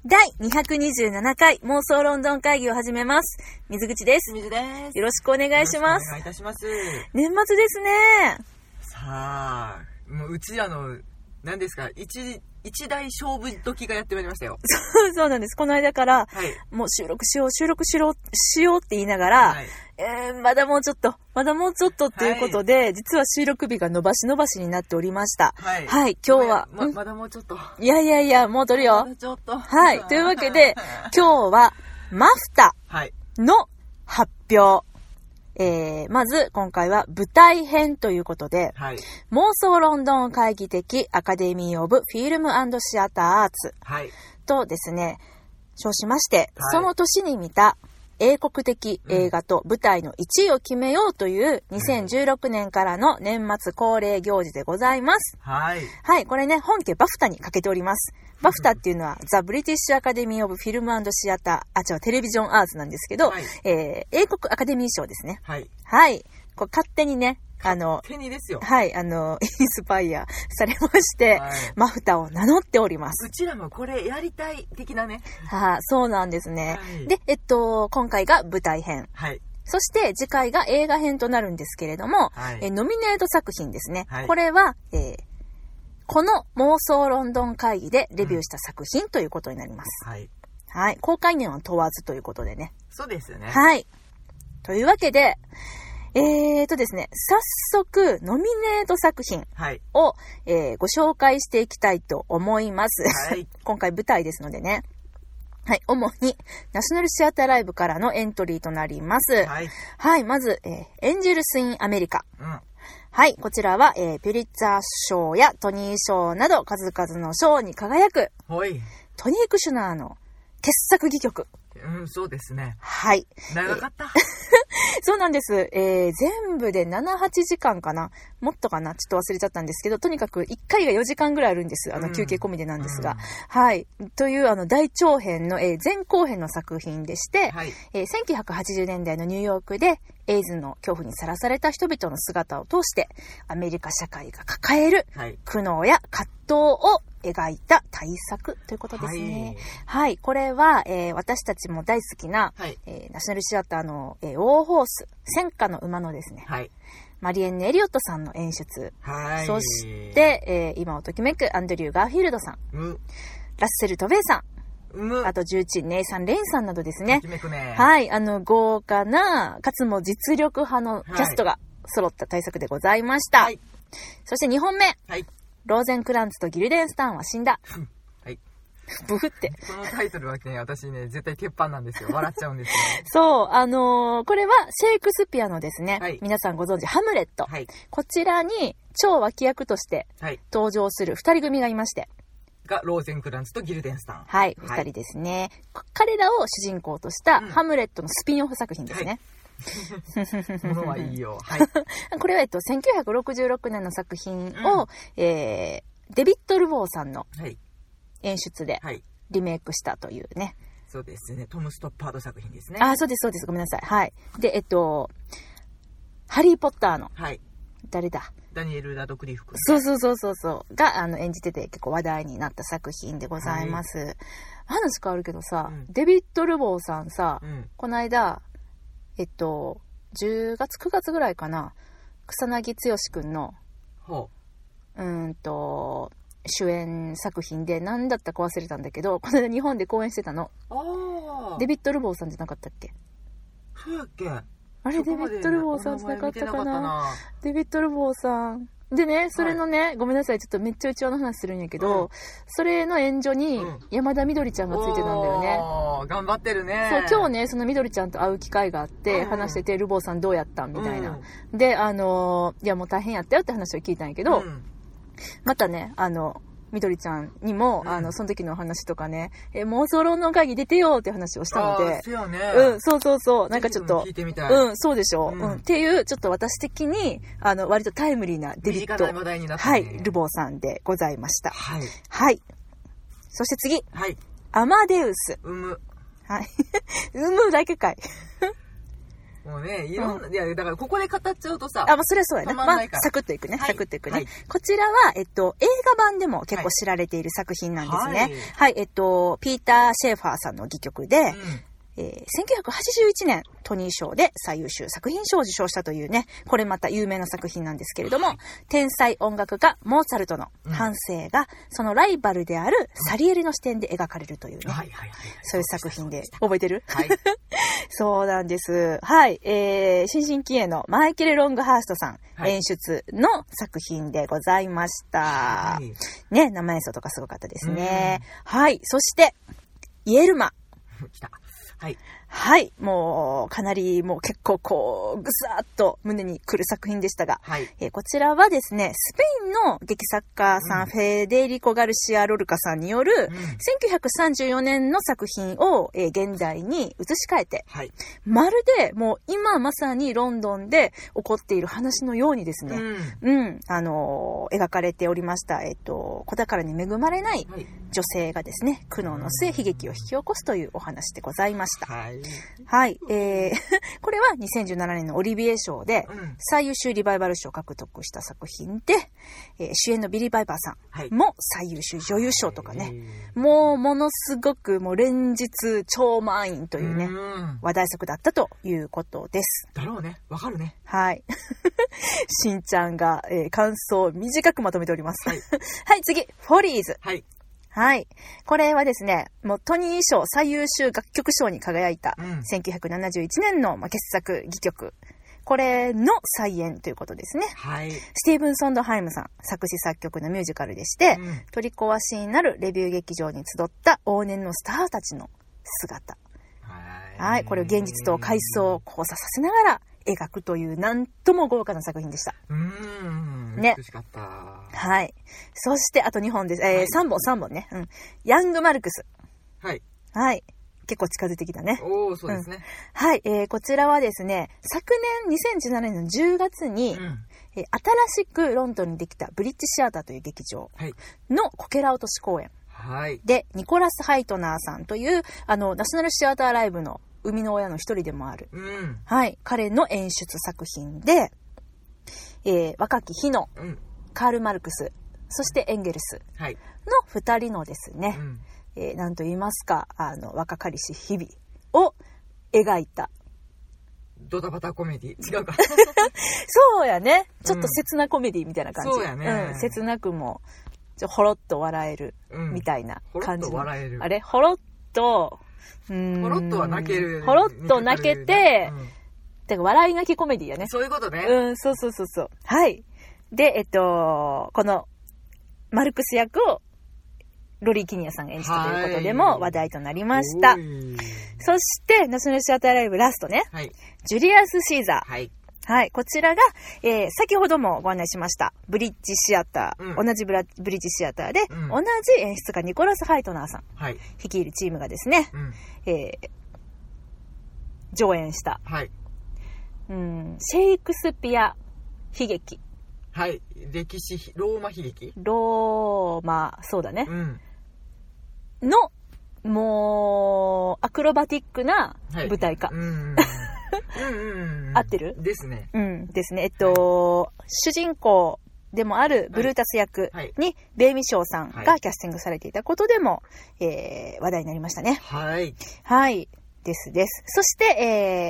第227回妄想ロンドン会議を始めます。水口です。 水です。 よろしくお願いします。 お願いいたします。 年末ですね。 さあ、もううち何ですか、一大勝負時がやってまいりましたよ。 そうなんです。この間から、 はい、 もう収録しようって言いながら、 はい、 まだもうちょっとっていうことで、はい、実は収録日が伸ばしになっておりました。 はい。 はい、今日は。 まだもうちょっと。 いや、もう撮るよ。 まだちょっと。 はい。というわけで、今日は、マフタの発表。まず、今回は舞台編ということで、 はい、 妄想ロンドン会議的アカデミー・オブ・フィルム&シアター・アーツとですね、称しまして、はい、その年に見た英国的映画と舞台の1位を決めようという2016年からの年末恒例行事でございます。 はい。 はい、これね、本家バフタにかけております。バフタっていうのはザ・ブリティッシュ・アカデミー・オブ・フィルム&シアター、テレビジョン・アーツなんですけど、はい、英国アカデミー賞ですね。 はい。 はい。これ勝手にね、 勝手にですよ。 はい、インスパイアされまして、はい、マフタを名乗っております。 うちらもこれやりたい的なね。 はあ、そうなんですね。はい、で、今回が舞台編。 はい。 そして次回が映画編となるんですけれども、はい、ノミネート作品ですね。はい、これは、この妄想ロンドン会議でレビューした作品ということになります。 はい。 はい。公開年は問わずということでね。 そうですよね。 はい。というわけで、ですね、早速、ノミネート作品を、ご紹介していきたいと思います。はい、今回舞台ですのでね。はい、主に、ナショナルシアターライブからのエントリーとなります。はい。はい、まず、エンジェルス・イン・アメリカ。うん、はい、こちらは、ピュリッツァー賞やトニー賞など数々の賞に輝く、トニー・クシュナーの傑作戯曲。 うん、そうですね。 はい。 長かった。 そうなんです。全部で7、8時間かな。もっとかな。ちょっと忘れちゃったんですけど、とにかく1回が4時間ぐらいあるんです。休憩込みでなんですが。はい。という、大長編の、前後編の作品でして、はい、1980年代のニューヨークで、エイズの恐怖にさらされた人々の姿を通して、アメリカ社会が抱える苦悩や葛藤を描いた大作ということですね。はい。はい、これは、私たちも大好きな、はい、ナショナルシアターの、ウォーホース、戦火の馬のですね、はい、マリエンヌ・エリオットさんの演出、はい、そして、今をときめくアンドリュー・ガーフィールドさん、ラッセル・トベイさん、あと重鎮ネイサン・レインさんなどですね。はい。豪華な、かつも実力派のキャストが揃った大作でございました。はい、そして2本目。はい、ローゼンクランツとギルデンスターンは死んだ。はい。ブフって。 このタイトルはね、私ね、絶対鉄板なんですよ。笑っちゃうんですよ、ね。 そう。これはシェイクスピアのですね、はい、皆さんご存知、ハムレット。はい、こちらに超脇役として登場する二人組がいまして。 がローゼンクランツとギルデンスターン。 はい、二人ですね。彼らを主人公としたハムレットのスピンオフ作品ですね。 ものはいいよ。はい。 これは1966年の作品を、デビッド・ルボーさんの演出でリメイクしたというね。 そうですね。トム・ストッパード作品ですね。 あ、そうです。ごめんなさい。はい。で、ハリー・ポッターの。はい。誰だ？ ダニエル・ラドクリフ君。 そうが演じてて結構話題になった作品でございます。はい、話変わるけどさ、デビッド・ルボーさんさ、この間10月9月ぐらいかな、草薙剛君の主演作品で何だったか忘れたんだけど、この間日本で公演してたの。デビッド・ルボーさんじゃなかったっけ？ そうやっけ？ あれデビッド・ルボーさんじゃなかったかな。デビッド・ルボーさんでね、それのね、はい、ごめんなさい、ちょっとめっちゃ内輪の話するんやけど、それの援助に山田みどりちゃんがついてたんだよね。 頑張ってるね。 そう、今日ね、そのみどりちゃんと会う機会があって、話してて、ルボーさんどうやったんみたいな。で、いやもう大変やったよって話を聞いたんやけど、またね、みどりちゃんにも、その時の話とかね、妄想論の会議出てよって話をしたので、そう、なんかちょっと、 聞いてみたい。 そうでしょ。っていう、ちょっと私的に、割とタイムリーなデビッド、はい、ルボーさんでございました。はい。はい。そして次。はい。アマデウス。 はい。 だけかい。 もうね、いろんな、いや、だからここで語っちゃうとさ、 まあ、それはそうやね。 たまんないから。 サクッといくね。 はい、 サクッといくね。 はい、 こちらは、映画版でも結構知られている作品なんですね。はい。ピーター・シェーファーさんの戯曲で、1981年トニー賞で最優秀作品賞を受賞したというね、これまた有名な作品なんですけれども、天才音楽家モーツァルトの半生がそのライバルであるサリエリの視点で描かれるというね、そういう作品で、覚えてる？はい。そうなんです。はい。新進気鋭のマイケル・ロングハーストさん、演出の作品でございました。ね、生演奏とかすごかったですね。はい。そして、イエルマ。 来た。はい。 はい。もう、かなり、もう結構こう、ぐさーっと胸に来る作品でしたが、はい。こちらはですね、スペインの劇作家さん、フェデリコ・ガルシア・ロルカさんによる、1934年の作品を、現代に移し替えて、はい。まるで、もう今まさにロンドンで起こっている話のようにですね、描かれておりました、子宝に恵まれない女性がですね、苦悩の末、悲劇を引き起こすというお話でございました。はい。はい。これは2017年のオリビエ賞で最優秀リバイバル賞を獲得した作品で、主演のビリー・バイバーさんも最優秀女優賞とかね、もうものすごくもう連日超満員というね、話題作だったということです。 だろうね。わかるね。 はい。しんちゃんが、感想を短くまとめております。はい、はい、次、フォリーズ。はい。はい。これはですね、もうトニー賞最優秀楽曲賞に輝いた、1971年の傑作戯曲。これの再演ということですね。はい。スティーブン・ソンドハイムさん作詞作曲のミュージカルでして、取り壊しになるレビュー劇場に集った往年のスターたちの姿。はい。これを現実と回想を交差させながら描くというなんとも豪華な作品でした。 ね。美しかった。 はい。そしてあと2本です。3本ね。ヤングマルクス。はい。はい。結構近づいてきたね。 おー、そうですね。 はい。こちらはですね、昨年2017年の10月に、新しくロンドンにできたブリッジシアターという劇場のこけら落とし公演。はい。で、ニコラス・ハイトナーさんという、ナショナルシアターライブの生みの親の一人でもある。はい。彼の演出作品で、若き日のカール・マルクス、そしてエンゲルスの二人のですね、なんと言いますか、若かりし日々を描いた。 ドタバタコメディ。違うか。 そうやね。ちょっと切なコメディみたいな感じ。 そうやね。 切なくも、ほろっと笑えるみたいな感じ。 ほろっと笑える。 あれほろっと、 ほろっとは泣ける。 ほろっと泣けて、てか笑い泣きコメディやね。 そういうことね。 そう。はい。で、この、マルクス役を、ロリー・キニアさんが演じたということでも話題となりました。そして、ナショナルシアターライブラストね。はい。ジュリアス・シーザー。はい。はい。こちらが、先ほどもご案内しました。ブリッジシアター。同じブリッジシアターで、同じ演出家ニコラス・ハイトナーさん。はい。率いるチームがですね、上演した。はい。シェイクスピア悲劇。 はい。歴史、ローマ悲劇？ ローマ、そうだね。の、もう、アクロバティックな舞台化。合ってる？ ですね。 ですね。主人公でもあるブルータス役に、ベイミショーさんがキャスティングされていたことでも、話題になりましたね。はい。はい。です。そして、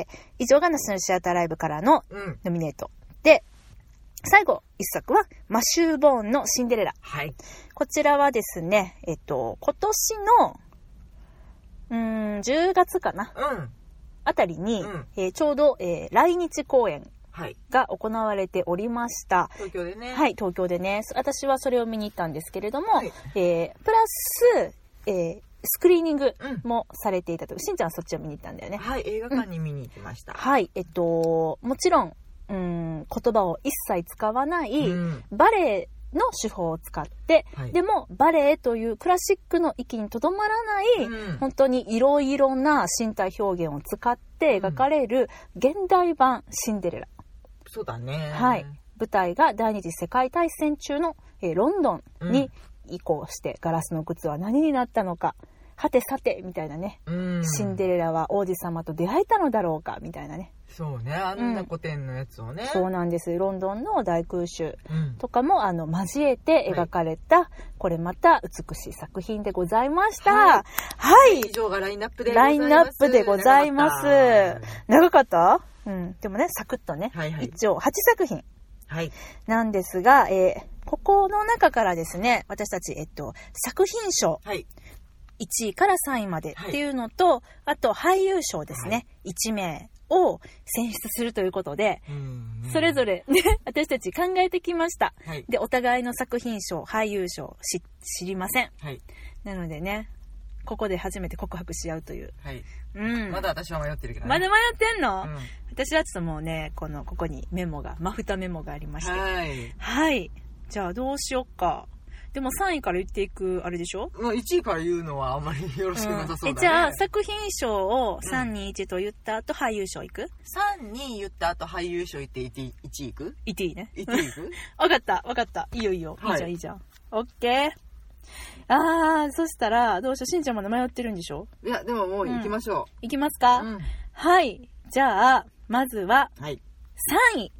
以上がナショナルシアターライブからのノミネート。で、最後、一作は、マシュー・ボーンのシンデレラ。はい。こちらはですね、今年の、10月かな。あたりに、ちょうど、来日公演が行われておりました。 東京でね。 はい、東京でね。私はそれを見に行ったんですけれども、プラス、スクリーニングもされていたと。しんちゃんはそっちを見に行ったんだよね。 はい、映画館に見に行きました。 はい、もちろん、言葉を一切使わない、バレエの手法を使って、でもバレエというクラシックの域にとどまらない、本当にいろいろな身体表現を使って描かれる現代版シンデレラ。 そうだね。 はい。舞台が第二次世界大戦中の、ロンドンに移行して、ガラスの靴は何になったのか、 はてさてみたいなね、シンデレラは王子様と出会えたのだろうかみたいなね。 そうね、あんな古典のやつをね、 そうなんです。ロンドンの大空襲とかも交えて描かれた、これまた美しい作品でございました。はい。 以上がラインナップでございます。長かった？でもね、サクッとね、一応8作品なんですが、ここの中からですね、私たち、作品賞、1位から3位までっていうのと、あと俳優賞ですね、1名を選出するということで、それぞれね、私たち考えてきました。で、お互いの作品賞、俳優賞知りません。なのでね、ここで初めて告白し合うという。 まだ私は迷ってるけどね。 まだ迷ってんの？私はちょっともうね、ここにマフタメモがありまして。はい。じゃあどうしよっか。でも3位から言っていくあれでしょ ？1位から言うのはあんまりよろしくなさそうだね。 じゃあ作品賞を3、2、1と言った後俳優賞いく？ 3、2言った後俳優賞言って1位いく？ 1位ね。 1位いく？ わかった。いいよ。いいじゃん。オッケー。そしたら、どうしよう。しんちゃんまだ迷ってるんでしょ？ いや、でももう行きましょう。 行きますか？はい。じゃあ、まずは、3位。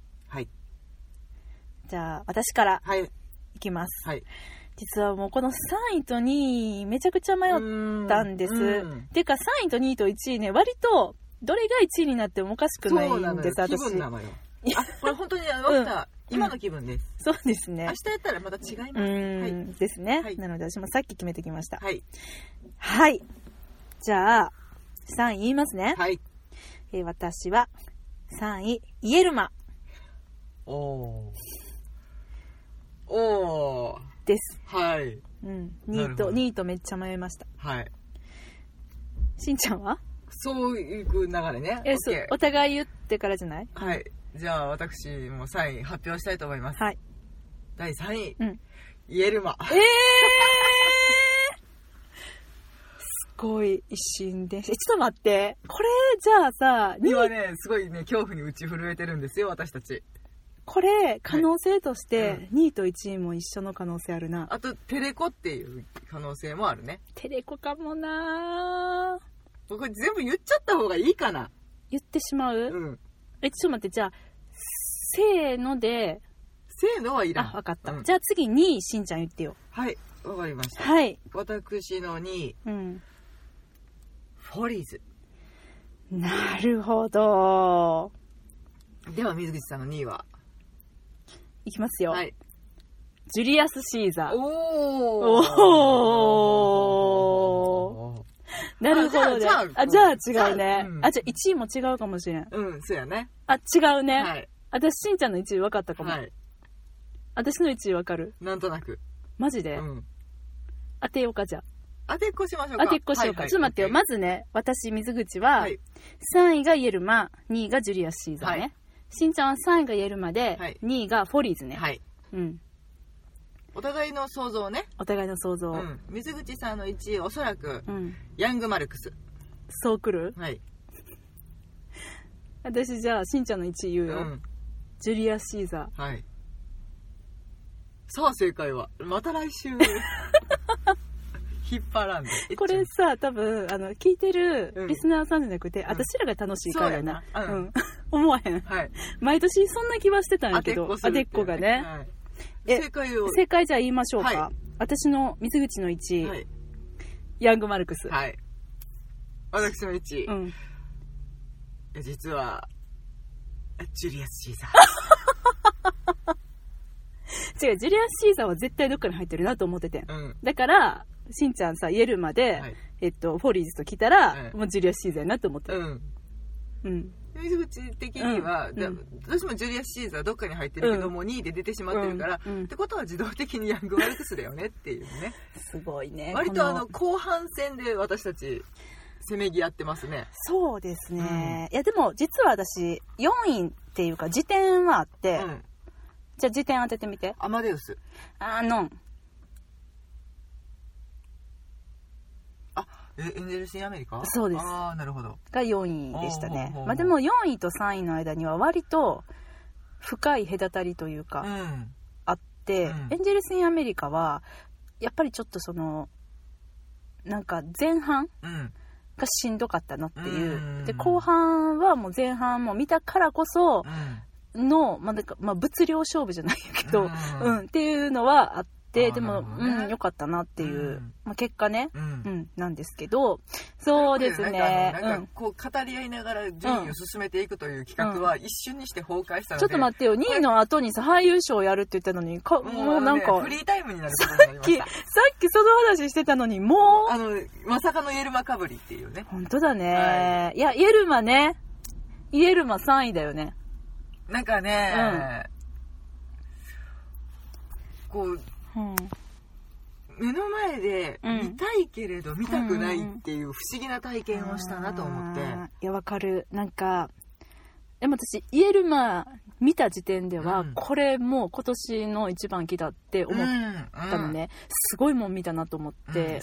じゃあ、私から、いきます。実はもうこの3位と2位、めちゃくちゃ迷ったんです。ていうか、3位と2位と1位ね、割と、どれが1位になってもおかしくないんです、私。 気分なのよ。これ本当に分かった。今の気分です。 そうですね。 明日やったらまた違います。 ですね。なので私もさっき決めてきました。はい。じゃあ、3位言いますね。私は、3位、イエルマ。です。2位とめっちゃ迷いました。しんちゃんは？ そういう流れね。 お互い言ってからじゃない？ じゃあ私も3位発表したいと思います。第3位、イエルマ。 すごい一瞬で。ちょっと待って。これじゃあさ、 今ね、すごいね、恐怖に打ち震えてるんですよ、私たち。 これ可能性として2位と1位も一緒の可能性あるな。 あとテレコっていう可能性もあるね。 テレコかもな。 これ全部言っちゃった方がいいかな。 言ってしまう？ちょっと待って。じゃあせーので。 せーのはいらん。 分かった。じゃあ次2位しんちゃん言ってよ。 わかりました。私の2位、フォリーズ。 なるほど。 では水口さんの2位は？ いきますよ。ジュリアス・シーザー。なるほどね。じゃあ違うね。じゃあ1位も違うかもしれん。 そうやね。 違うね。私しんちゃんの1位分かったかも。私の1位分かる？ なんとなく。 マジで？当てようか、じゃあ。 当てっこしましょうか。 ちょっと待ってよ。まずね、私水口は3位がイエルマ、2位がジュリアス・シーザーね。しんちゃんは3位がイエルマで、2位がフォリーズね。 お互いの想像ね。 お互いの想像。 水口さんの1位、おそらく、ヤングマルクス。 そうくる？私じゃあ、しんちゃんの1位言うよ。ジュリアス・シーザー。 さあ、正解は。また来週。引っ張らんで。 これさ、多分聞いてるリスナーさんじゃなくて、私らが楽しいからやな。思わへん。毎年そんな気はしてたんやけど、当てっこがね。正解じゃあ言いましょうか。私の水口の1位、ヤングマルクス。 私の1位。実はジュリアス・シーザー。違う、ジュリアス・シーザーは絶対どっかに入ってるなと思ってて。だから、しんちゃんさ、イエルまで、フォリーズと来たら、もうジュリアス・シーザーやなと思ってる。 水口的には、私もジュリアス・シーザーどっかに入ってるけど、もう2位で出てしまってるから、ってことは自動的にヤングマルクスだよねっていうね。 すごいね。 割と後半戦で私たちせめぎ合ってますね。 そうですね。いやでも実は私4位っていうか辞典はあって、じゃあ辞典当ててみて。 アマデウス。 ノン。 エンゼルス・イン・アメリカ？ そうです。 なるほど。 が4位でしたね。でも4位と3位の間には割と深い隔たりというか、あって、エンゼルス・イン・アメリカはやっぱりちょっとなんか前半がしんどかったなっていう、で後半はもう前半も見たからこその、なんか物量勝負じゃないけど、っていうのはあって、でも、良かったなっていう、結果ね、なんですけど、そうですね。 なんかこう語り合いながら順位を進めていくという企画は一瞬にして崩壊したので、 ちょっと待ってよ、2位の後にさ、俳優賞やるって言ったのに、もうなんか、 フリータイムになることになりました。 さっきその話してたのに、もう、まさかのイエルマかぶりっていうね。 本当だね。いや、イエルマ3位だよね。 なんかね、こう、目の前で見たいけれど見たくないっていう不思議な体験をしたなと思って。 いや、わかる。なんか、でも私、イエルマ見た時点では、これもう今年の一番来たって思ったのね。すごいもん見たなと思って。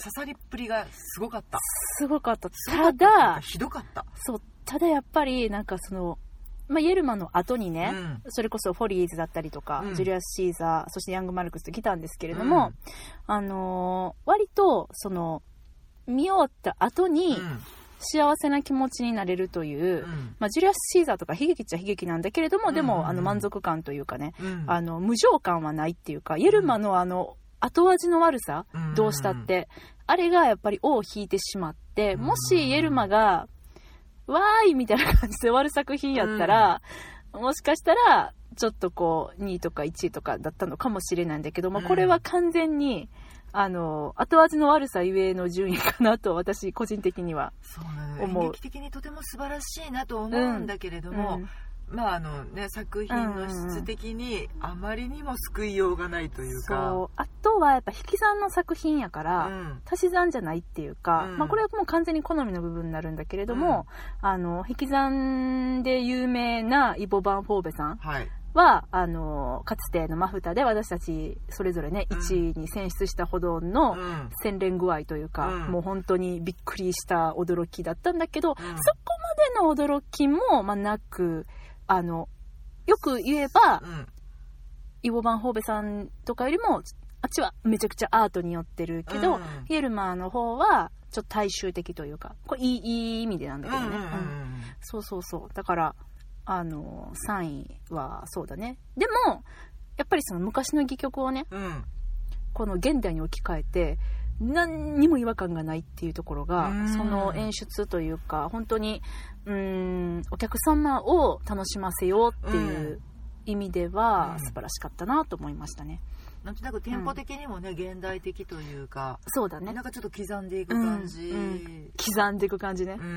刺さりっぷりがすごかった。 すごかった。ただ、 ひどかった。 そう、ただやっぱり、なんかその、イエルマの後にね、それこそフォリーズだったりとか、ジュリアス・シーザー、そしてヤング・マルクスと来たんですけれども、割と、その、見終わった後に、幸せな気持ちになれるという、ジュリアス・シーザーとか悲劇っちゃ悲劇なんだけれども、でも、満足感というかね、無情感はないっていうか、イエルマの後味の悪さ、どうしたって、あれがやっぱり尾を引いてしまって、もしイエルマが、わーいみたいな感じで終わる作品やったら、もしかしたらちょっとこう2位とか1位とかだったのかもしれないんだけども、これは完全に後味の悪さゆえの順位かなと私個人的には思う。 演劇的にとても素晴らしいなと思うんだけれども、作品の質的にあまりにも救いようがないというか、 そう、あとはやっぱ引き算の作品やから、足し算じゃないっていうか、これはもう完全に好みの部分になるんだけれども、引き算で有名なイボ・バン・フォーベさんは、かつてのマフタで私たちそれぞれね、1位に選出したほどの洗練具合というか、もう本当にびっくりした驚きだったんだけど、そこまでの驚きも、なく、よく言えば、イボ・バン・ホーベさんとかよりもあっちはめちゃくちゃアートに寄ってるけど、イエルマーの方はちょっと大衆的というか、これいい意味でなんだけどね、そうだから3位はそうだね。でもやっぱりその昔の戯曲をね、この現代に置き換えて何にも違和感がないっていうところが、その演出というか、本当にお客様を楽しませようっていう意味では素晴らしかったなと思いましたね。 なんとなくテンポ的にもね、現代的というか、 そうだね。 なんかちょっと刻んでいく感じ、 刻んでいく感じね。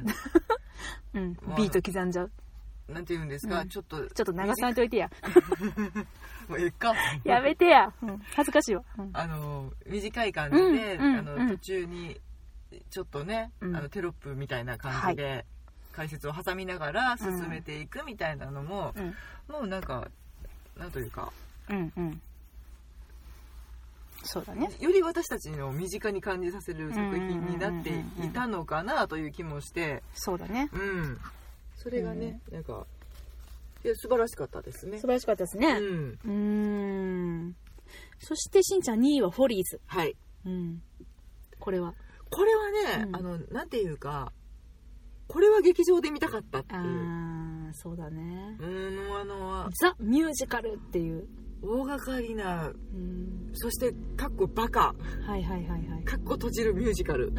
ビート刻んじゃう。 なんて言うんですか、ちょっと流さんといてや。 もうええか。 やめてや。恥ずかしいわ。 短い感じで、途中にちょっとね、テロップみたいな感じで解説を挟みながら進めていくみたいなのも、もうなんかなんというか、 そうだね。 より私たちの身近に感じさせる作品になっていたのかなという気もして、 そうだね。 それがね、なんか素晴らしかったですね。 素晴らしかったですね。そしてしんちゃん2位はフォリーズ。 はい。 これはね、なんていうか、これは劇場で見たかったっていう。 そうだね。 ザ・ミュージカルっていう大掛かりな、そしてかっこバカ、かっこ閉じるミュージカル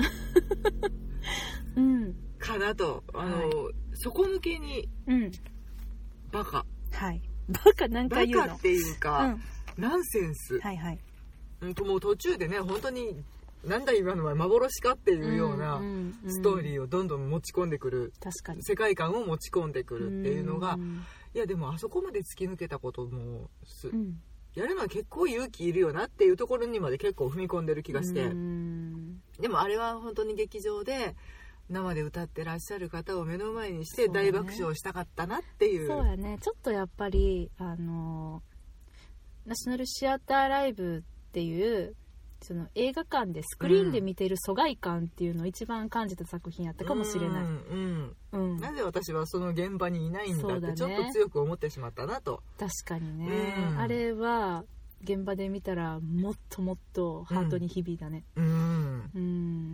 かなと、底抜けにバカ、 バカ何回言うの？ バカっていうか、ナンセンス。もう途中でね、本当になんだ今のは幻かっていうようなストーリーをどんどん持ち込んでくる、 確かに世界観を持ち込んでくるっていうのが、いやでもあそこまで突き抜けたこともやるのは結構勇気いるよなっていうところにまで結構踏み込んでる気がして、でもあれは本当に劇場で生で歌ってらっしゃる方を目の前にして大爆笑したかったなっていう。 そうやね。ちょっとやっぱりナショナルシアターライブっていうその映画館でスクリーンで見てる疎外感っていうのを一番感じた作品やったかもしれない。 なぜ私はその現場にいないんだってちょっと強く思ってしまったなと。 確かにね、あれは現場で見たらもっともっとハートに響いたね。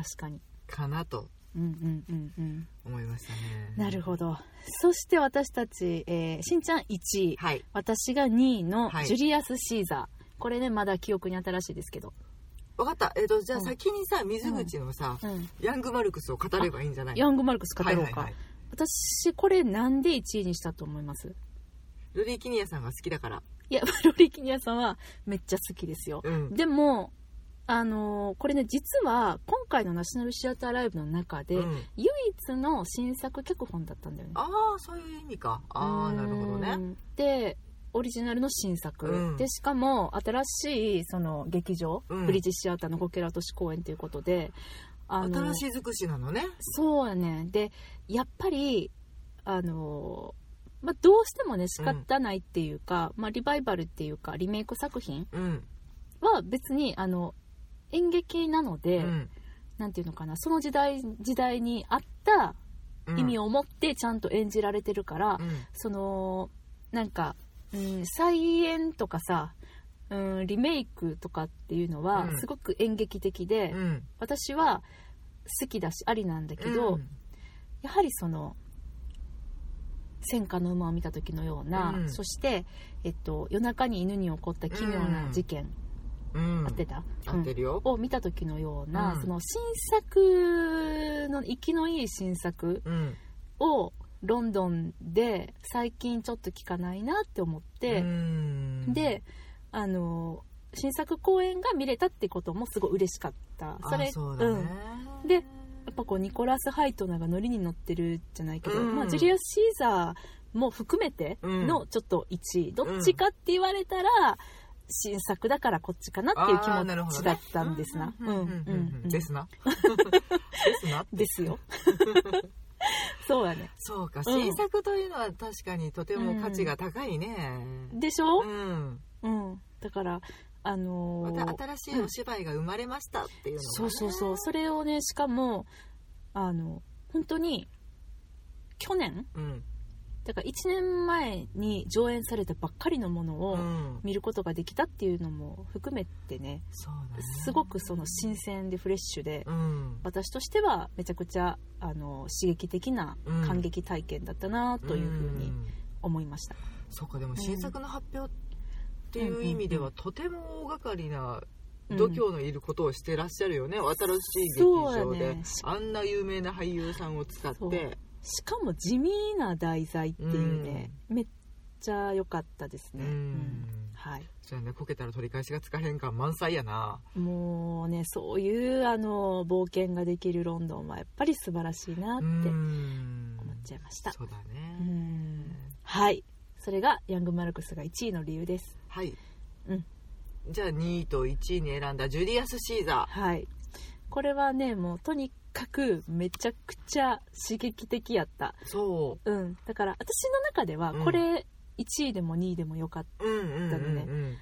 確かにかなと思いましたね。 なるほど。そして私たち、しんちゃん1位、はい、私が2位のジュリアス・シーザー、はい、これねまだ記憶に新しいですけど。 分かった。じゃあ先にさ、水口のさ、ヤングマルクスを語ればいいんじゃない？ ヤングマルクス語ろうか、はいはいはい、私これなんで1位にしたと思います？ ロリー・キニアさんが好きだから。 いや、ロリー・キニアさんはめっちゃ好きですよ、でもこれね実は今回のナショナルシアターライブの中で、唯一の新作脚本だったんだよね。 ああ、そういう意味か。ああ、なるほどね。 でオリジナルの新作、でしかも新しいその劇場、ブリッジシアターのこけら落とし公演ということで、 新しい尽くしなのね。 そうやね。でやっぱりどうしてもね仕方ないっていうか、リバイバルっていうかリメイク作品は別に演劇なので、なんていうのかな、その時代に合った意味を持ってちゃんと演じられてるから、そのなんか、再演とかさ、リメイクとかっていうのはすごく演劇的で、私は好きだしありなんだけど、やはりその戦火の馬を見た時のような、そして、夜中に犬に起こった奇妙な事件、合ってた？ 合ってるよ。 を見た時のような、その新作の生きのいい新作をロンドンで最近ちょっと聞かないなって思って、で新作公演が見れたってこともすごい嬉しかった。 そうだね。 でやっぱこうニコラス・ハイトナーがノリに乗ってるじゃないけど、ジュリアス・シーザーも含めてのちょっと1位、どっちかって言われたら新作だからこっちかなっていう気持ちだったんですな。 ですな。 ですよ。そうだね。 そうか、新作というのは確かにとても価値が高いね。 でしょ？だからまた新しいお芝居が生まれましたっていうのが、ね、 そうそれをね、しかも本当に去年、だから1年前に上演されたばっかりのものを見ることができたっていうのも含めてね、すごくその新鮮でフレッシュで、私としてはめちゃくちゃ刺激的な感激体験だったなというふうに思いました。 そうか、でも新作の発表っていう意味では、とても大掛かりな度胸のいることをしてらっしゃるよね。新しい劇場で、あんな有名な俳優さんを使って、 しかも地味な題材っていうね、めっちゃ良かったですね。はい。 そうやね、こけたら取り返しがつかへん感満載やな。 もうね、そういう冒険ができるロンドンはやっぱり素晴らしいなって思っちゃいました。 そうだね。 はい。それがヤングマルクスが1位の理由です。 はい。じゃあ2位と1位に選んだジュリアス・シーザー。 はい。これはね、もうとにかくめちゃくちゃ刺激的やった。 そう。 だから私の中ではこれ1位でも2位でもよかったのね。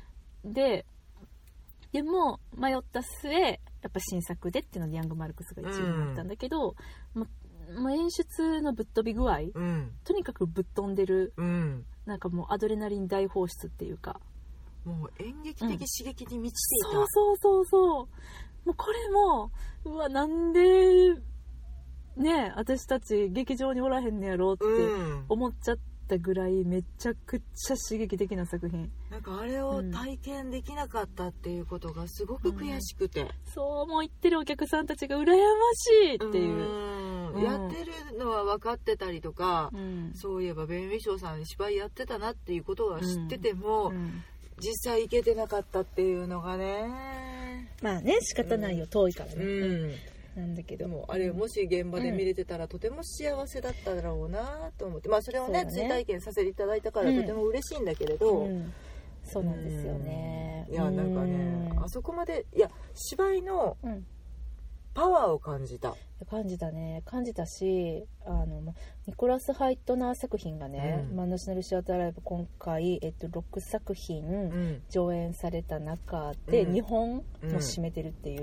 でも迷った末、やっぱ新作でっていうのでヤングマルクスが1位になったんだけど、もう演出のぶっ飛び具合、とにかくぶっ飛んでる、なんかもうアドレナリン大放出っていうか、 もう演劇的刺激に満ちていた。 そうもうこれもなんでね私たち劇場におらへんねやろって思っちゃったぐらい、めちゃくちゃ刺激的な作品。 なんかあれを体験できなかったっていうことがすごく悔しくて、 そうも言ってるお客さんたちが羨ましいっていう、 やってるのは分かってたりとか、そういえばベン・ウィショーさん芝居やってたなっていうことは知ってても、実際行けてなかったっていうのがね、 まあね、仕方ないよ、遠いからね、なんだけど、 でもあれもし現場で見れてたらとても幸せだっただろうなと思って、まあそれをね追体験させていただいたからとても嬉しいんだけれど、 そうなんですよね。 いや、なんかね、あそこまで、いや芝居のパワーを感じたし、ニコラス・ハイトナー作品がね、ナショナルシアターライブ今回、6作品上演された中で2本も占めてるっていう、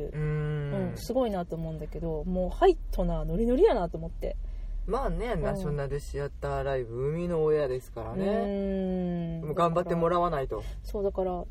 すごいなと思うんだけど、もうハイトナーノリノリやなと思って。 まあね、ナショナルシアターライブ生みの親ですからね、もう頑張ってもらわないと。 そうだから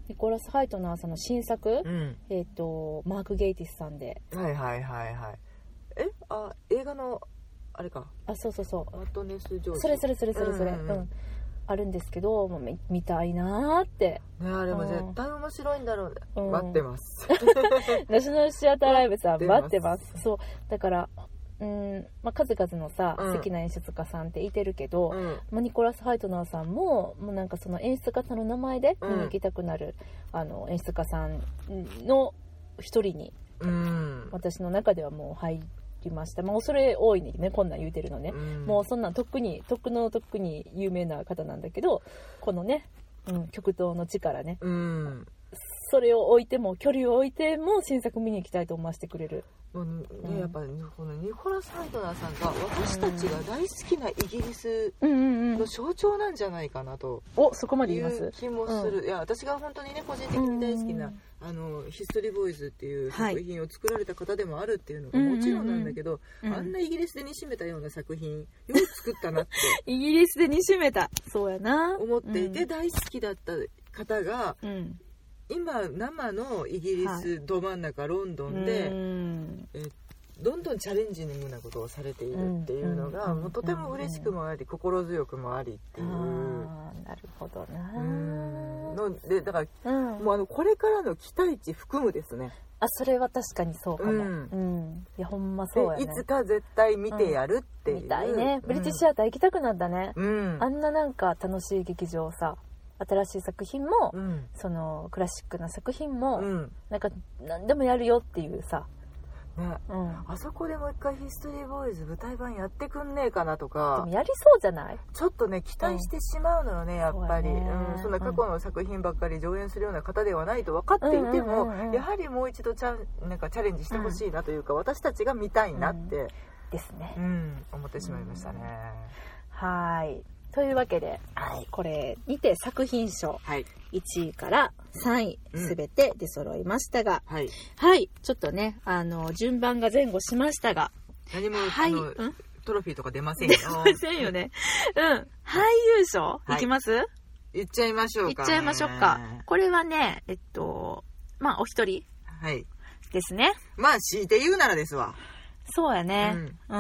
ニコラス・ハイトナーさんの新作、 うん、 マーク・ゲイティスさんで、 はいはいはいはい。映画のあれか、 そうそうそう、 アトネス・ジョージ、 それ、あるんですけど、もう見たいなーってね。あれも絶対面白いんだろうね、待ってますナショナルシアターライブさん待ってます。そうだから数々のさ、素敵な演出家さんっていてるけど、ニコラス・ハイトナーさんもうなんかその演出家さんの名前で見に行きたくなる、演出家さんの一人に、私の中ではもう入りました。もうそれ多いね、こんなん言うてるのね、もうそんなんとっくに有名な方なんだけど、このね、極東の力ね、それを置いても距離を置いても新作見に行きたいと思わせてくれる。 やっぱりこのニコラス・ハイトナーさんが私たちが大好きなイギリスの象徴なんじゃないかなと、 そこまで言いますいう気もする。いや、私が本当にね、個人的に大好きなヒストリーボーイズっていう作品を作られた方でもあるっていうのがもちろんなんだけど、あんなイギリスで煮しめたような作品よく作ったなってイギリスで煮しめた、そうやな、 思っていて、大好きだった方が、今生のイギリスど真ん中ロンドンで、どんどんチャレンジングなことをされているっていうのが、もうとても嬉しくもあり、心強くもありっていう。 なるほどな。 でだから、もうこれからの期待値含むですね。 それは確かにそうかも。いや、ほんまそうやね。 いつか絶対見てやるっていう。 見たいね。ブリティッシュシアター行きたくなったね。あんななんか楽しい劇場さ、新しい作品も、そのクラシックな作品も、なんか何でもやるよっていうさ、 ね、あそこでもう一回ヒストリーボーイズ舞台版やってくんねえかなとか。 でもやりそうじゃない？ ちょっとね、期待してしまうのよね、やっぱり。そんな過去の作品ばっかり上演するような方ではないと分かっていても、やはりもう一度なんかチャレンジしてほしいなというか、私たちが見たいなって、 ですね、 思ってしまいましたね。 はい。というわけで、これにて作品賞、1位から3位すべて出揃いましたが、ちょっとね、順番が前後しましたが、 何も、トロフィーとか出ませんよ。 出ませんよね。俳優賞いきます？ いっちゃいましょうか。 いっちゃいましょうか。これはね、お一人ですね。 強いて言うならですわ。 そうやね。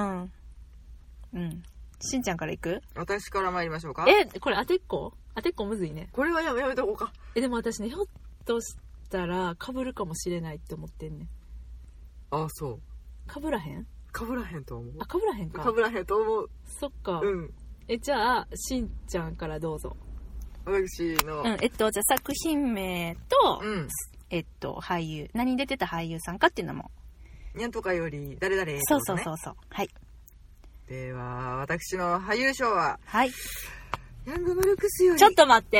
しんちゃんからいく？ 私から参りましょうか。 これ当てっこむずいね。 これはやめとこうか。 でも私ね、ひょっとしたら被るかもしれないって思ってんねん。 そう。 被らへんと思う。 被らへんか。 被らへんと思う。 そっか。じゃあしんちゃんからどうぞ。 私の。 じゃあ作品名と、俳優、何に出てた俳優さんかっていうのも。 にゃんとかより誰々、 そう。はい。 では、私の俳優賞は、ヤングマルクスより。 ちょっと待って。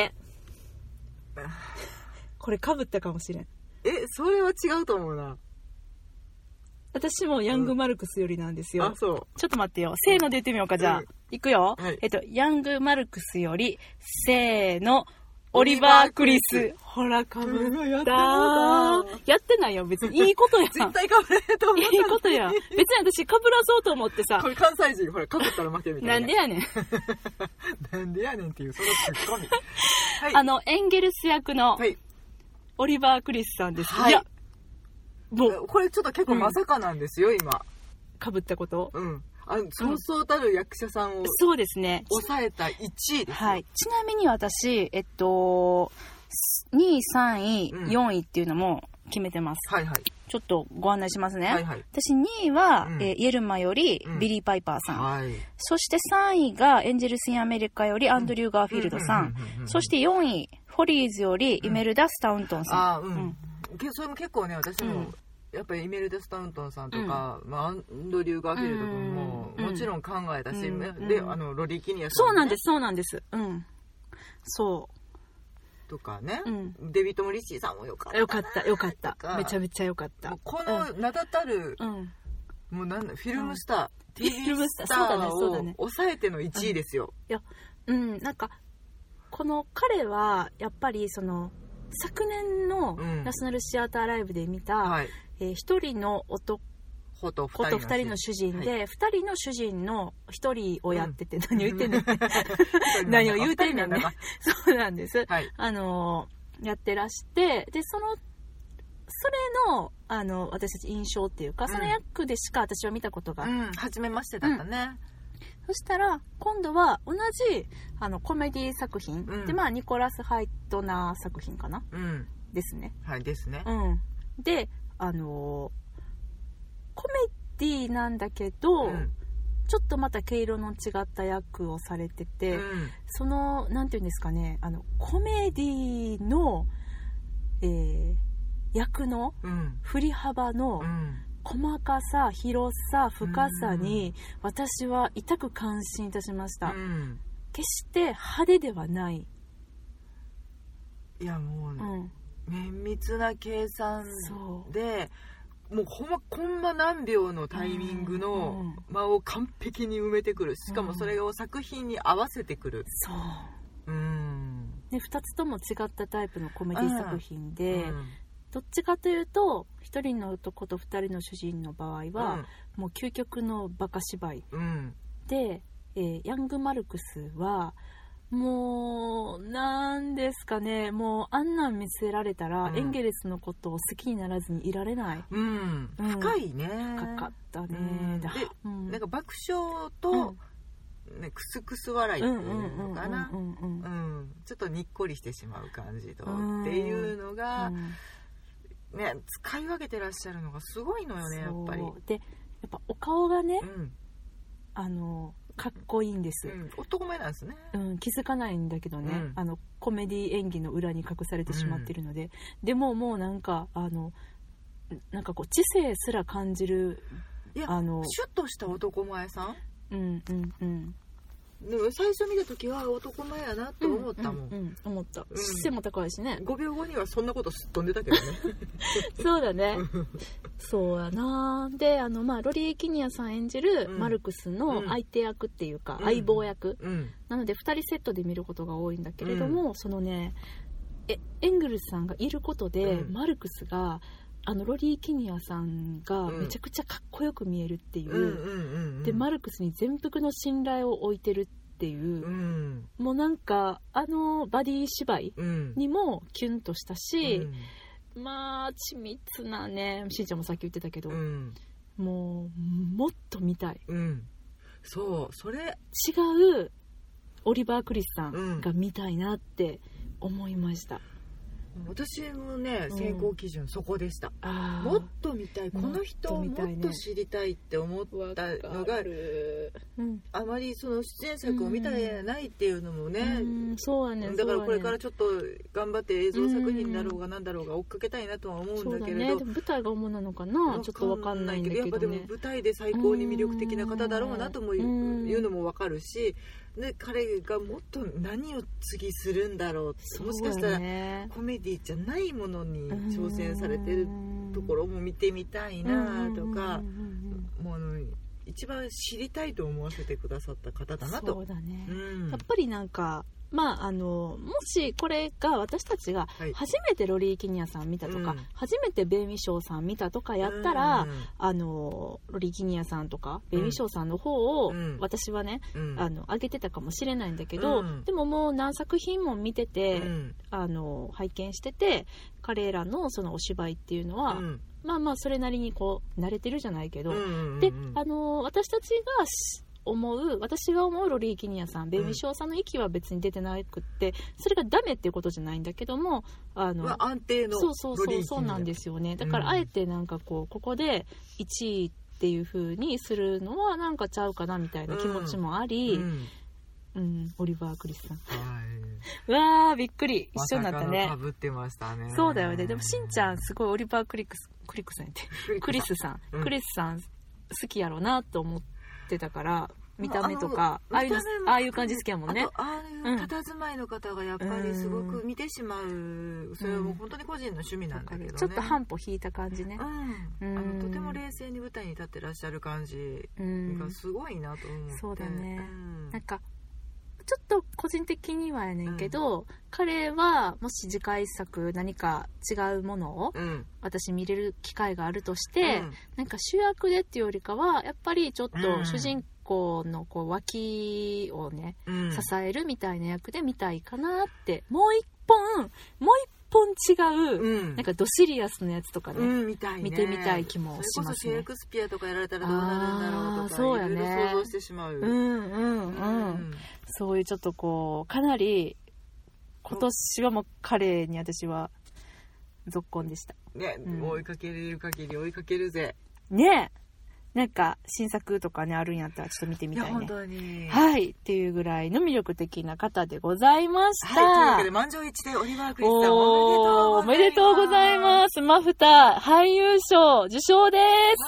これ被ったかもしれん。 それは違うと思うな。 私もヤングマルクスよりなんですよ。 そう。 ちょっと待ってよ。せーので言ってみようか、じゃあ。いくよ。ヤングマルクスより、せーの、オリバー・クリス。ほら、かぶった。やってないよ、別に。いいことやん。 絶対かぶれと思った。 いいことやん。別に私かぶらそうと思ってさ。 これ関西人、ほら、かぶったら負けみたいな。 なんでやねん。 なんでやねんっていう、そのツッコミ。 エンゲルス役の、オリバー・クリスさんです。いや、 もう、これちょっと結構まさかなんですよ、今。 かぶったこと？ そうそうたる役者さんをそうですね。 抑えた1位です。 ちなみに私、2位、3位、4位っていうのも決めてます。ちょっとご案内しますね。私2位は、イエルマよりビリー・パイパーさん。そして3位がエンジェルス・イン・アメリカよりアンドリュー・ガーフィールドさん。そして4位、フォリーズよりイメルダ・スタウントンさん。 それも結構ね、私も、やっぱりイメルダ・スタウントンさんとか、アンドリュー・ガーフィールド君ももちろん考えたし、で、ロリー・キニアさん、 そうなんです。そうとかね、デビッド・モリッシーさんもよかった。 めちゃめちゃよかった。 この名だたる、もうフィルムスター、 TV スターを抑えての1位ですよ。 なんかこの彼はやっぱりその昨年のナショナルシアターライブで見た、一人の男と二人の主人で、二人の主人の一人をやってて、何を言ってんねん何を言うてんねんねそうなんです。 やってらして、でそれの私たち印象っていうか、その役でしか私は見たことが、 初めましてだったね。 そしたら今度は同じコメディ作品、でニコラス・ハイトナー作品かな、ですね。 はいですね。 でコメディなんだけど、ちょっとまた毛色の違った役をされてて、そのなんていうんですかね、コメディの、役の振り幅の細かさ、広さ、深さに私は痛く感心いたしました。決して派手ではない。 いやもうね、綿密な計算で、もうコンマ何秒のタイミングの間を完璧に埋めてくる。しかもそれを作品に合わせてくる。 そう。で2つとも違ったタイプのコメディ作品で、どっちかというと1人の男と2人の主人の場合は、もう究極のバカ芝居、で、ヤングマルクスはもうなんですかね、もうあんなん見せられたら、エンゲルスのことを好きにならずにいられない。 深いね。 深かったね。 で、なんか爆笑と、クスクス笑いっていうのかな、ちょっとにっこりしてしまう感じと、っていうのが、ね、使い分けてらっしゃるのがすごいのよね、やっぱり。 でやっぱお顔がね、かっこいいんです、 男前なんですね、 気づかないんだけどね、コメディ演技の裏に隠されてしまっているので、でももうなんかなんかこう知性すら感じる、 シュッとした男前さん、でも最初見た時は男前やなと思ったもん、 思った。背も高いしね。 5秒後にはそんなことすっ飛んでたけどねそうだねそうやな。でロリー・キニアさん演じるマルクスの相手役っていうか、相棒役、なので2人セットで見ることが多いんだけれども、そのねエングルスさんがいることで、マルクスがロリー・キニアさんがめちゃくちゃかっこよく見えるっていう、でマルクスに全幅の信頼を置いてるっていう、もうなんかバディ芝居にもキュンとしたし、まあ緻密なね、しんちゃんもさっき言ってたけど、もっと見たい、 そうそれ違うオリバー・クリスさんが見たいなって思いました。 私もね、選考基準そこでした。もっと見たい、この人をもっと知りたいって思ったのが、あまりその出演作を見たらないっていうのもね、 そうね、 だからこれからちょっと頑張って映像作品だろうがなんだろうが追っかけたいなとは思うんだけれど、 でも舞台が主なのかな、ちょっと分かんないんだけどね。 やっぱでも舞台で最高に魅力的な方だろうなともいうのも分かるし、で彼がもっと何を次するんだろうって、もしかしたらコメディじゃないものに挑戦されてるところも見てみたいなとか、もう一番知りたいと思わせてくださった方だなと。 そうだね、やっぱりなんかもしこれが私たちが初めてロリー・キニアさん見たとか、初めてベン・ウィショーさん見たとかやったら、ロリー・キニアさんとかベン・ウィショーさんの方を私はね、上げてたかもしれないんだけど、でももう何作品も見てて、拝見してて、彼らのそのお芝居っていうのは、それなりにこう慣れてるじゃないけど、で私たちが私が思うロリー・キニアさん、ベン・ウィショーさんの息は別に出てなくって、それがダメっていうことじゃないんだけども、 安定のロリー・キニア、 そうなんですよね。だからあえてなんかここで1位っていう風にするのはなんかちゃうかなみたいな気持ちもあり、オリバー・クリスさん、うわーびっくり、一緒になったね。 まさかの被ってましたね。 そうだよね。でもしんちゃんすごいオリバー・クリスさんってクリスさん好きやろうなと思ってたから、見た目とかああいう感じ好きやもんね。 ああいう佇まいの方がやっぱりすごく見てしまう、それはもう本当に個人の趣味なんだけどね、 ちょっと半歩引いた感じね、 とても冷静に舞台に立ってらっしゃる感じがすごいなと思って。 そうだね、なんかちょっと個人的にはやねんけど、彼はもし次回作何か違うものを私見れる機会があるとして、なんか主役でっていうよりかはやっぱりちょっと主人公のこう脇をね、支えるみたいな役で見たいかなって、もう一本違う、なんかドシリアスのやつとかね、 見たいね、 見てみたい気もしますね。 それこそシェイクスピアとかやられたらどうなるんだろうとか、 そうやね、 いろいろ想像してしまう。 そういうちょっとこうかなり今年はもう彼に私はぞっこんでしたね、追いかけれる限り追いかけるぜね。なんか新作とかねあるんやったらちょっと見てみたいね。 いや本当に、 はいっていうぐらいの魅力的な方でございました。 はい、というわけで満場一致でオリバー・クリスさんおめでとうございます。マフタ俳優賞受賞です。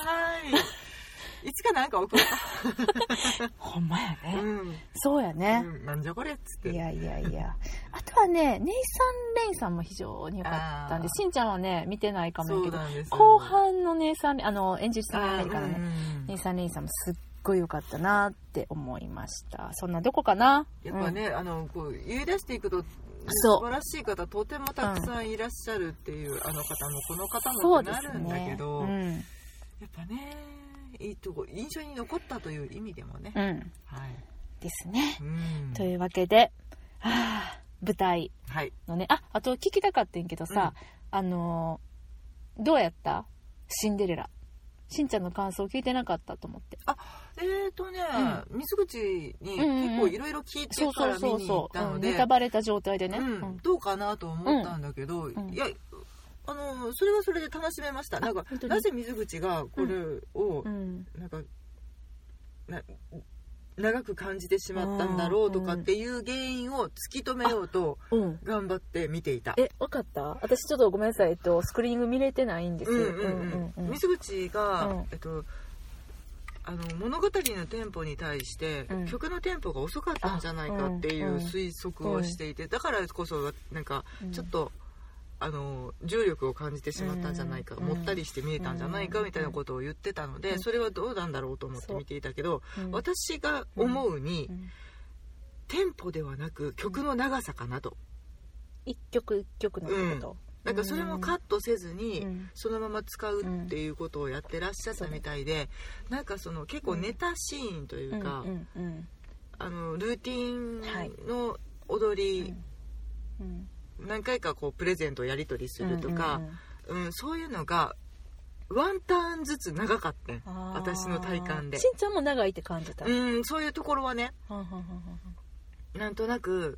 はいいつかなんか送るほんまやね、そうやね、 なんじゃこれっつって。 いやあとはね、ネイサン・レイさんも非常に良かったんで、しんちゃんはね見てないかもやけど、後半のネイサン、演じる人のからね、ネイサン・レイさんもすっごい良かったなって思いました。そんなどこかな、 やっぱね、こう言い出していくと素晴らしい方とてもたくさんいらっしゃるっていう、あの方もこの方もってなるんだけど、やっぱねいいとこ印象に残ったという意味でもね、はい、ですね、というわけで、舞台のね、あと聞きたかったんけどさ、どうやったシンデレラ、しんちゃんの感想聞いてなかったと思って。水口に結構いろいろ聞いてから見に行ったので、ネタバレた状態でね、どうかなと思ったんだけど、いやそれはそれで楽しめました。なんかなぜ水口がこれをなんか長く感じてしまったんだろうとかっていう原因を突き止めようと頑張って見ていた。分かった？私ちょっとごめんなさい、スクリーニング見れてないんです。水口が物語のテンポに対して曲のテンポが遅かったんじゃないかっていう推測をしていて、だからこそなんかちょっと重力を感じてしまったんじゃないか、もったりして見えたんじゃないかみたいなことを言ってたので、それはどうなんだろうと思って見ていたけど、私が思うにテンポではなく曲の長さかなと。一曲一曲のこと、なんかそれもカットせずにそのまま使うっていうことをやってらっしゃったみたいで、なんかその結構ネタシーンというか、ルーティンの踊り、何回かこうプレゼントをやり取りするとか、そういうのがワンターンずつ長かった、私の体感で。しんちゃんも長いって感じた。そういうところはね、なんとなく、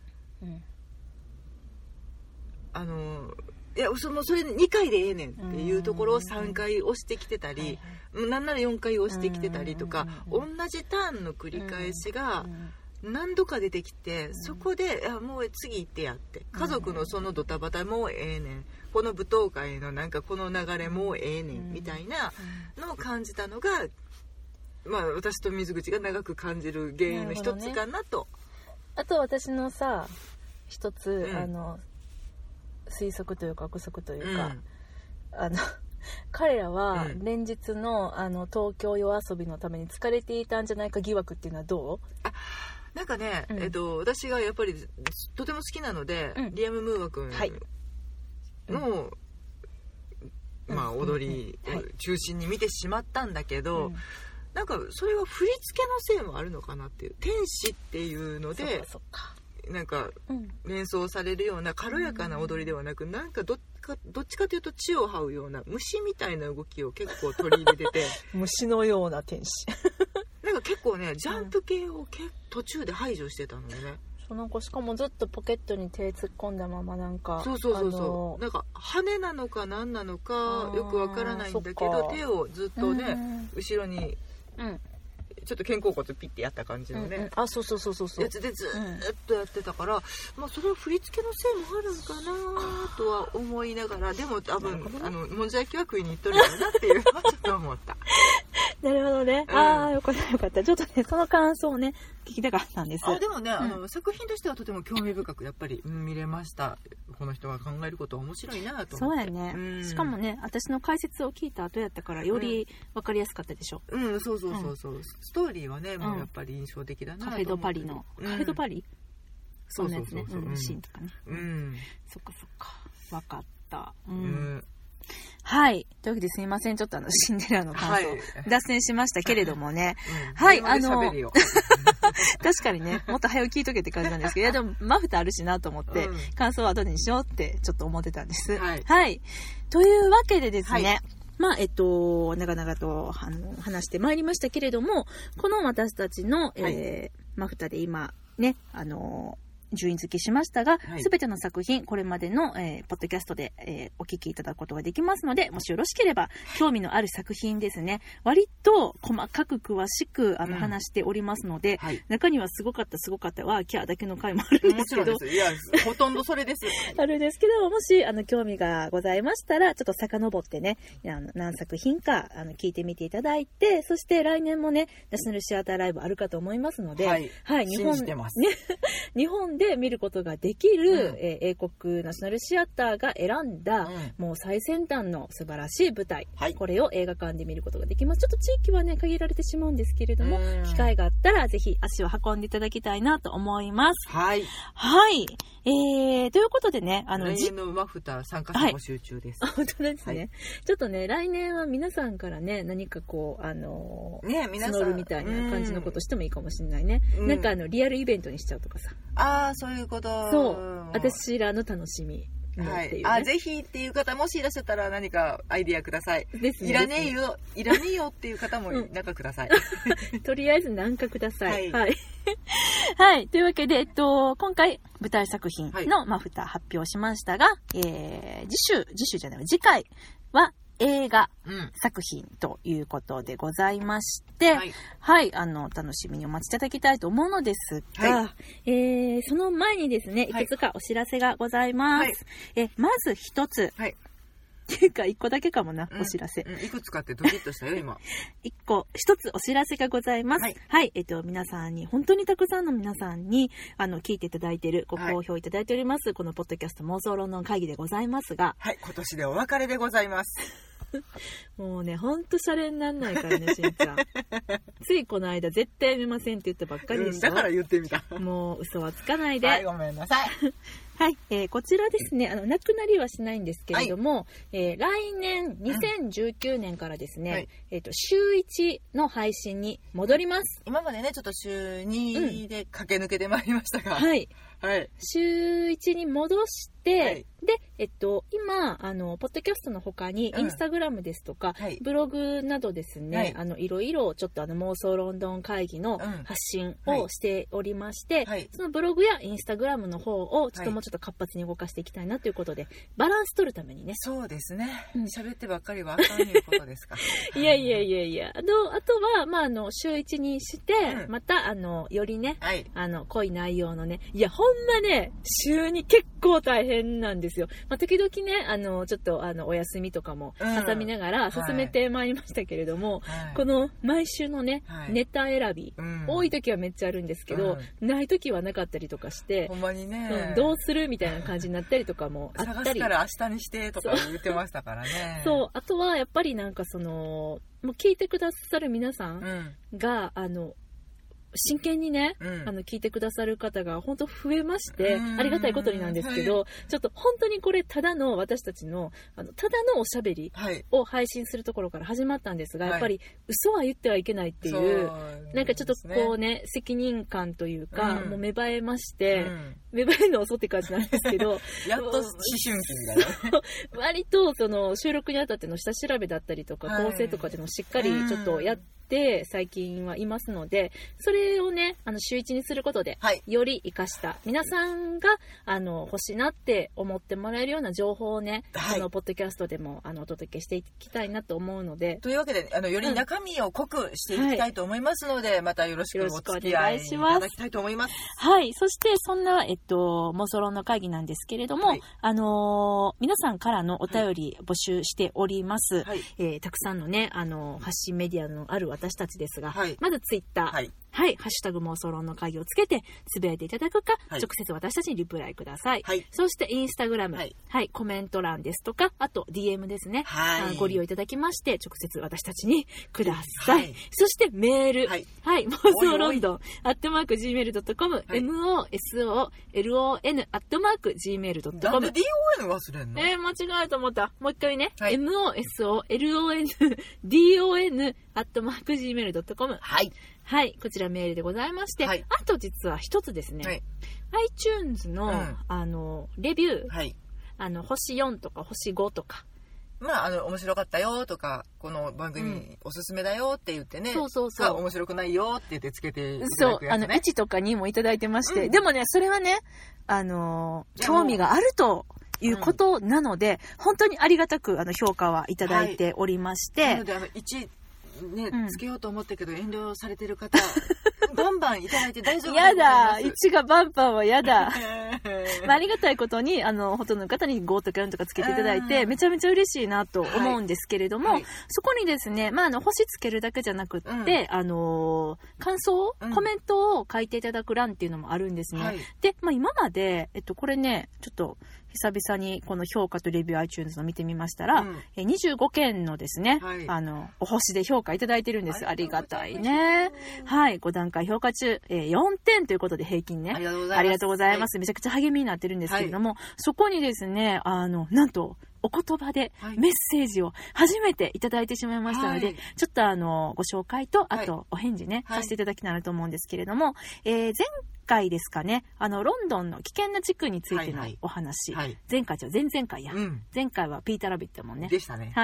いやそれ2回でええねんっていうところを3回押してきてたり、なんなら4回押してきてたりとか、同じターンの繰り返しが何度か出てきて、そこでもう次行ってやって、家族のそのドタバタもうええねん、この舞踏会のなんかこの流れもうええねんみたいなのを感じたのが、私と水口が長く感じる原因の一つかなと。あと私のさ一つ、推測というか憶測というか、彼らは連日の、東京夜遊びのために疲れていたんじゃないか疑惑っていうのはどう？なんかね、私がやっぱりとても好きなので、リアム・ムーア君の、踊りを中心に見てしまったんだけど、なんかそれは振り付けのせいもあるのかなっていう、天使っていうのでなんか連想されるような軽やかな踊りではなく、なんかどっちかというと地を這うような虫みたいな動きを結構取り入れてて虫のような天使なんか結構ねジャンプ系を途中で排除してたのよね。なんかしかもずっとポケットに手突っ込んだままなんかそうなんか羽なのか何なのかよくわからないんだけど、手をずっとね後ろにちょっと肩甲骨ピッてやった感じのね、やつでずっとやってたから、それは振り付けのせいもあるんかなとは思いながら、でも多分もんじゃ焼きは食いに行っとるんだなっていうのはちょっと思ったなるほどね、よかったよかった。ちょっとねその感想をね聞きたかったんです。でもね、作品としてはとても興味深くやっぱり見れました。この人が考えることは面白いなと思って。そうやね、しかもね私の解説を聞いた後やったからより分かりやすかったでしょ。そうストーリーはねもうやっぱり印象的だなと思って。カフェドパリの、カフェドパリそんなやつね、シーンとかね。そっかそっか分かった。はい。というわけですみません。ちょっとシンデレラの感想、脱線しましたけれどもね。はい。 確かにね、もっと早く聞いとけって感じなんですけど、いやでもマフターあるしなと思って、感想は後でにしようってちょっと思ってたんです。はい。はい。というわけでですね、まあ、長々と話してまいりましたけれども、この私たちの、マフタで今、ね、順位付けしましたが、すべての作品、これまでの、ポッドキャストで、お聞きいただくことができますので、もしよろしければ、興味のある作品ですね、割と細かく詳しく話しておりますので、中にはすごかったは、キャーだけの回もあるんですけど、 いや、ほとんどそれです。 あるんですけど、もし、興味がございましたら、ちょっと遡ってね、何作品か、聞いてみていただいて、そして来年もね、ナショナルシアターライブあるかと思いますので、 日本で、 日本で見ることができる、英国ナショナルシアターが選んだ、もう最先端の素晴らしい舞台、これを映画館で見ることができます。ちょっと地域はね限られてしまうんですけれども、機会があったらぜひ足を運んでいただきたいなと思います。はい、ということでね、 来年のマフター参加者募集中です。 本当ですね、ちょっとね来年は皆さんからね何かこう募るみたいな感じのことしてもいいかもしれないね、なんかリアルイベントにしちゃうとかさ、 そういうこと。 そう、私らの楽しみ。 ぜひっていう方もしいらっしゃったら何かアイディアください。 ですね。 いらねえよっていう方もなんかください。 とりあえず何かください。はい。はい。というわけで、今回舞台作品のマフター発表しましたが、次回は映画作品ということでございまして、楽しみにお待ちいただきたいと思うのですが、その前にですね、いくつかお知らせがございます。まず一つ、っていうか一個だけかもな、お知らせ。 いくつかってドキッとしたよ今。 一つお知らせがございます。皆さんに、本当にたくさんの皆さんに聞いていただいている、ご好評いただいております、このポッドキャスト妄想論の会議でございますが、 今年でお別れでございます。 もうね、ほんとシャレになんないからね、しんちゃん。ついこの間、絶対やめませんって言ったばっかりでしょ。 だから言ってみた。 もう嘘はつかないで。 ごめんなさい。 こちらですね、なくなりはしないんですけれども、来年2019年からですね、週1の配信に戻ります。 今までね、ちょっと週2で駆け抜けてまいりましたが、 週1に戻して、で、今ポッドキャストの他にインスタグラムですとか、ブログなどですね、いろいろちょっと妄想ロンドン会議の発信をしておりまして、そのブログやインスタグラムの方をちょっともうちょっと活発に動かしていきたいなということで、バランス取るためにね。 そうですね。喋ってばっかりはあかんいうことですか。 いや。あとは、週1にして、また、よりね、濃い内容のね、いや、ほんまね、週2結構大変なんですよ。時々ね、ちょっと、お休みとかも挟みながら進めてまいりましたけれども、この毎週のね、ネタ選び、多い時はめっちゃあるんですけど、ない時はなかったりとかして、 ほんまにね、 どうするみたいな感じになったりとかもあったり。 探すから明日にしてとか言ってましたからね。 そう、あとはやっぱりなんかもう聞いてくださる皆さんが、真剣にね、聞いてくださる方が本当増えまして、ありがたいことになんですけど、ちょっと本当にこれただの私たちのただのおしゃべりを配信するところから始まったんですが、やっぱり嘘は言ってはいけないっていう、なんかちょっとこうね、責任感というか、もう芽生えまして、芽生えるの遅って感じなんですけど、 やっと思春期みたいな。 割と収録にあたっての下調べだったりとか、構成とかでもしっかりちょっとやって最近はいますので、それをね週1にすることで、より活かした皆さんが欲しいなって思ってもらえるような情報をね、ポッドキャストでもお届けしていきたいなと思うので、 というわけでより中身を濃くしていきたいと思いますので、またよろしくお付き合いいただきたいと思います。 そしてそんな妄想論の会議なんですけれども、皆さんからのお便り募集しております。たくさんのね発信メディアのある私たちですが、まずツイッター、ハッシュタグ妄想論の会議をつけてつぶやいていただくか、直接私たちにリプライください。そしてインスタグラム、コメント欄ですとか、あと DM ですね、ご利用いただきまして直接私たちにください。そしてメール、妄想ロンドン@gmail.com、mosolon@gmail.com。 なんで DON 忘れんの？ 間違えた思った。もう一回ね、mosolon@gmail.com。こちらメールでございまして、 はい、 あと実は一つですね、 はい、 iTunes の、レビュー、 はい、 星4とか星5とか、 まあ、面白かったよとか、この番組おすすめだよって言ってね、 そうそうそう、 面白くないよって言ってつけていただくやつね。 そう、1とか2もいただいてまして、でもね、それはね、興味があるということなので、本当にありがたく評価はいただいておりまして、 なので1ね、つけようと思ったけど遠慮されてる方バンバンいただいて大丈夫です。 やだ、1がバンバンはやだまあ、ありがたいことにほとんどの方に5とか4とかつけていただいて、めちゃめちゃ嬉しいなと思うんですけれども、そこにですね、まあ、星つけるだけじゃなくって、感想、コメントを書いていただく欄っていうのもあるんですね、で、まあ、今まで、これねちょっと久々にこの評価とレビュー iTunes の見てみましたら、25件のですね、お星で評価いただいてるんです。ありがたいね。はい、5段階評価中、4点ということで平均ね。ありがとうございます。めちゃくちゃ励みになってるんですけれども、そこにですね、なんと、お言葉でメッセージを初めていただいてしまいましたので、ちょっとご紹介と、あとお返事ね、させていただきたいなと思うんですけれども、前回ですかね、ロンドンの危険な地区についてのお話、前回じゃ前々回や、前回はピーターラビットもんね。 でしたね。 はい。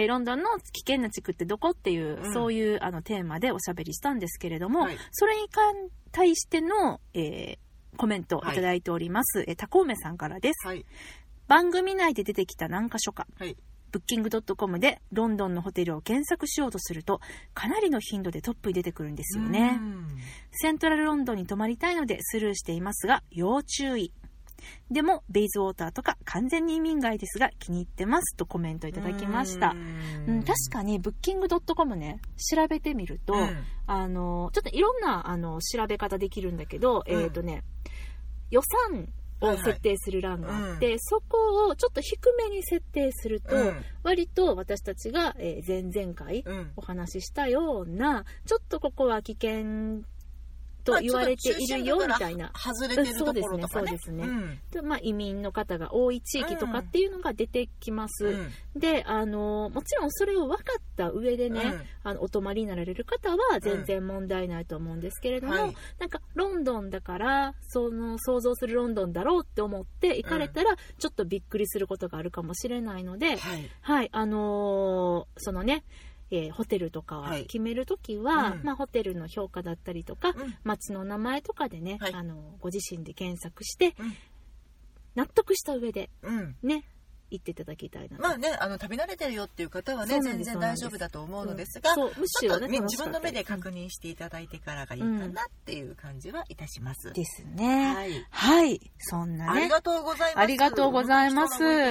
ロンドンの危険な地区ってどこっていう、そういうテーマでおしゃべりしたんですけれども、それに対しての、コメントをいただいております。タコウメさんからです。番組内で出てきた何箇所か、ブッキング.com でロンドンのホテルを検索しようとするとかなりの頻度でトップに出てくるんですよね。セントラルロンドンに泊まりたいのでスルーしていますが要注意。でもベイズウォーターとか完全に移民街ですが気に入ってますとコメントいただきました。確かにブッキング.com ね調べてみると、ちょっといろんな調べ方できるんだけど、予算を設定する欄があって、そこをちょっと低めに設定すると、割と私たちが、前々回お話ししたような、ちょっとここは危険と言われているよみたいな、 外れてるところとかね、 そうですね、でまあ、移民の方が多い地域とかっていうのが出てきます、でもちろんそれを分かった上でね、お泊まりになられる方は全然問題ないと思うんですけれども、なんかロンドンだからその想像するロンドンだろうって思って行かれたらちょっとびっくりすることがあるかもしれないので、そのねホテルとかを決めるときは、まあ、ホテルの評価だったりとか、街の名前とかでね、ご自身で検索して、納得した上でね、行っていただきたいなと。 まあね、旅慣れてるよっていう方はね全然大丈夫だと思うのですが、 むしろね自分の目で確認していただいてからがいいかなっていう感じはいたします。 ですね。はい、そんなね。 ありがとうございます。 ありがとうございます。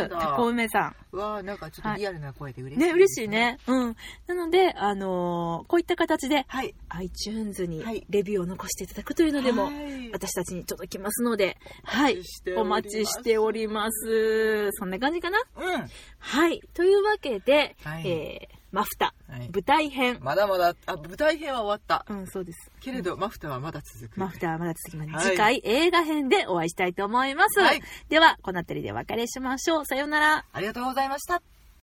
タコ梅さん。 わあ、なんかちょっとリアルな声で嬉しいですね。 ね、嬉しいね。なのでこういった形で、iTunes にレビューを残していただくというのでも、私たちに届きますので、お待ちしております。そんな感じかな。はい。というわけで、マフタ、舞台編。 まだまだ、舞台編は終わった。 そうです。 けれど、マフタはまだ続く。 マフタはまだ続きます。次回、映画編でお会いしたいと思います。では、このあたりでお別れしましょう。さようなら。 ありがとうございました。